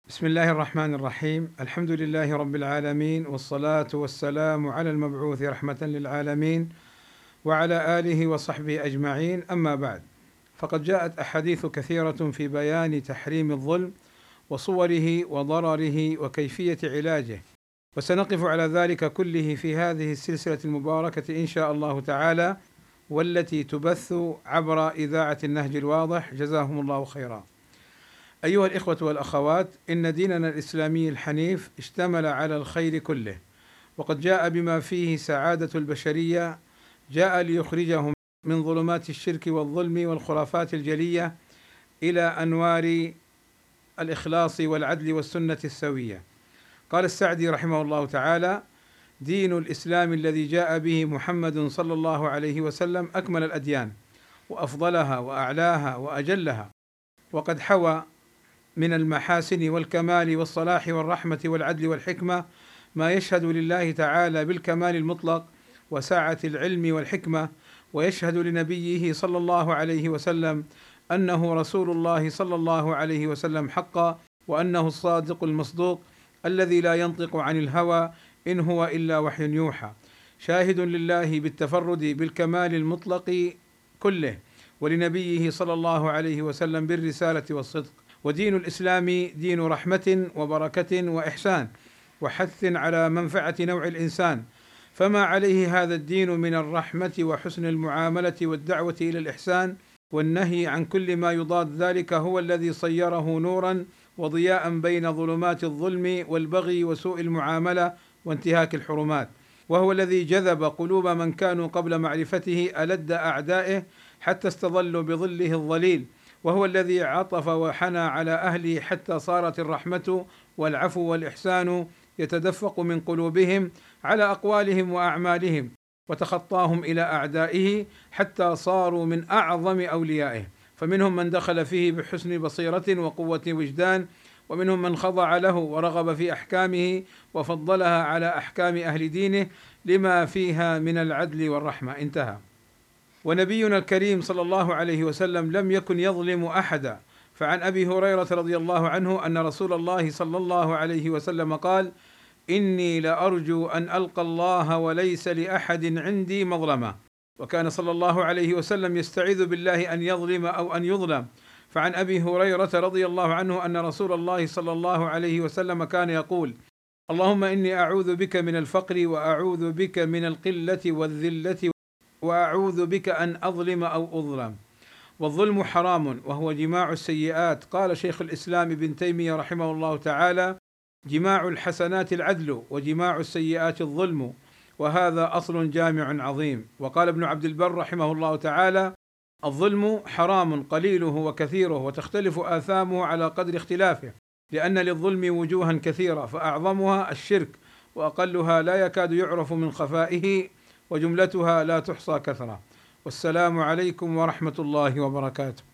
بسم الله الرحمن الرحيم، الحمد لله رب العالمين، والصلاة والسلام على المبعوث رحمة للعالمين وعلى آله وصحبه أجمعين، أما بعد، فقد جاءت أحاديث كثيرة في بيان تحريم الظلم وصوره وضرره وكيفية علاجه، وسنقف على ذلك كله في هذه السلسلة المباركة إن شاء الله تعالى، والتي تبث عبر إذاعة النهج الواضح، جزاهم الله خيرا. أيها الإخوة والأخوات، إن ديننا الإسلامي الحنيف اشتمل على الخير كله، وقد جاء بما فيه سعادة البشرية، جاء ليخرجهم من ظلمات الشرك والظلم والخرافات الجلية إلى أنوار الإخلاص والعدل والسنة السوية. قال السعدي رحمه الله تعالى: دين الإسلام الذي جاء به محمد صلى الله عليه وسلم أكمل الأديان وأفضلها وأعلاها وأجلها، وقد حوى من المحاسن والكمال والصلاح والرحمة والعدل والحكمة ما يشهد لله تعالى بالكمال المطلق وسعة العلم والحكمة، ويشهد لنبيه صلى الله عليه وسلم أنه رسول الله صلى الله عليه وسلم حقا، وأنه الصادق المصدوق الذي لا ينطق عن الهوى إن هو إلا وحي يوحى، شاهد لله بالتفرد بالكمال المطلق كله، ولنبيه صلى الله عليه وسلم بالرسالة والصدق. ودين الإسلام دين رحمة وبركة وإحسان وحث على منفعة نوع الإنسان، فما عليه هذا الدين من الرحمة وحسن المعاملة والدعوة إلى الإحسان والنهي عن كل ما يضاد ذلك هو الذي صيره نورا وضياء بين ظلمات الظلم والبغي وسوء المعاملة وانتهاك الحرمات، وهو الذي جذب قلوب من كانوا قبل معرفته ألد أعدائه حتى استظلوا بظله الظليل، وهو الذي عطف وحنى على أهله حتى صارت الرحمة والعفو والإحسان يتدفق من قلوبهم على أقوالهم وأعمالهم، وتخطاهم إلى أعدائه حتى صاروا من أعظم أوليائه، فمنهم من دخل فيه بحسن بصيرة وقوة وجدان، ومنهم من خضع له ورغب في أحكامه وفضلها على أحكام أهل دينه لما فيها من العدل والرحمة. انتهى. ونبينا الكريم صلى الله عليه وسلم لم يكن يظلم أحدا، فعن أبي هريرة رضي الله عنه أن رسول الله صلى الله عليه وسلم قال: إني لأرجو أن ألقى الله وليس لأحد عندي مظلمة. وكان صلى الله عليه وسلم يستعيذ بالله أن يظلم أو أن يظلم. فعن أبي هريرة رضي الله عنه أن رسول الله صلى الله عليه وسلم كان يقول: اللهم إني أعوذ بك من الفقر، وأعوذ بك من القلة والذلة، وأعوذ بك أن أظلم أو أظلم. والظلم حرام وهو جماع السيئات. قال شيخ الإسلام ابن تيمية رحمه الله تعالى: جماع الحسنات العدل، وجماع السيئات الظلم، وهذا أصل جامع عظيم. وقال ابن عبد البر رحمه الله تعالى: الظلم حرام قليله وكثيره، وتختلف آثامه على قدر اختلافه، لأن للظلم وجوها كثيرة، فأعظمها الشرك، وأقلها لا يكاد يعرف من خفائه، وجملتها لا تحصى كثرة. والسلام عليكم ورحمة الله وبركاته.